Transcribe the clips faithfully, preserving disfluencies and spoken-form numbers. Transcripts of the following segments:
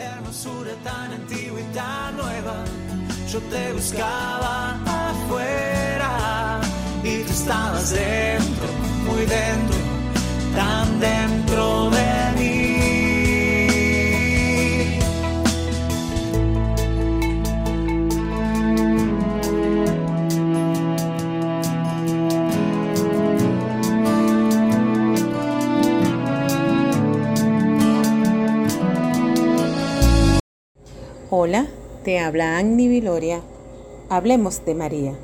hermosura tan antigua y tan nueva. Yo te buscaba afuera y tú estabas dentro, muy dentro, tan dentro de mí. Hola, te habla Annie Viloria. Hablemos de María.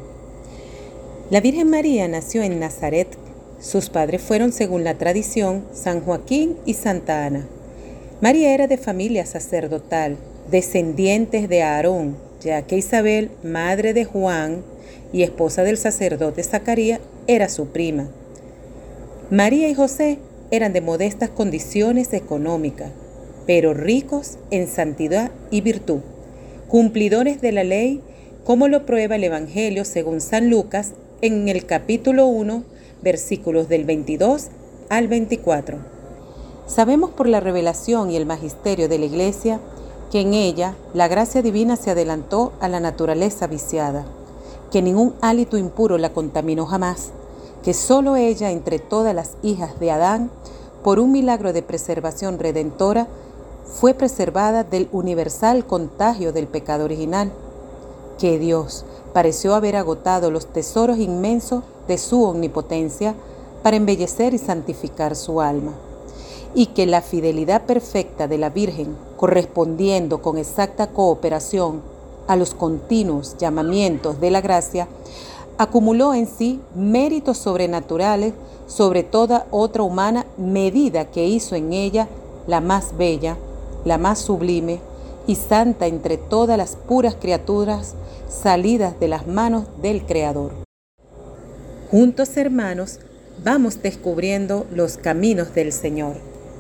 La Virgen María nació en Nazaret. Sus padres fueron, según la tradición, San Joaquín y Santa Ana. María era de familia sacerdotal, descendientes de Aarón, ya que Isabel, madre de Juan y esposa del sacerdote Zacarías, era su prima. María y José eran de modestas condiciones económicas, pero ricos en santidad y virtud, cumplidores de la ley, como lo prueba el Evangelio según San Lucas en el capítulo uno, versículos del veintidós al veinticuatro. Sabemos por la revelación y el magisterio de la Iglesia que en ella la gracia divina se adelantó a la naturaleza viciada, que ningún hálito impuro la contaminó jamás, que solo ella entre todas las hijas de Adán, por un milagro de preservación redentora, fue preservada del universal contagio del pecado original, que Dios pareció haber agotado los tesoros inmensos de su omnipotencia para embellecer y santificar su alma, y que la fidelidad perfecta de la Virgen, correspondiendo con exacta cooperación a los continuos llamamientos de la gracia, acumuló en sí méritos sobrenaturales sobre toda otra humana medida que hizo en ella la más bella, la más sublime y santa entre todas las puras criaturas salidas de las manos del Creador. Juntos, hermanos, vamos descubriendo los caminos del Señor.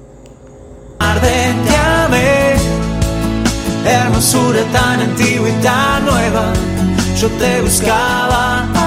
Ardente amé, hermosura tan antigua y tan nueva. Yo te buscaba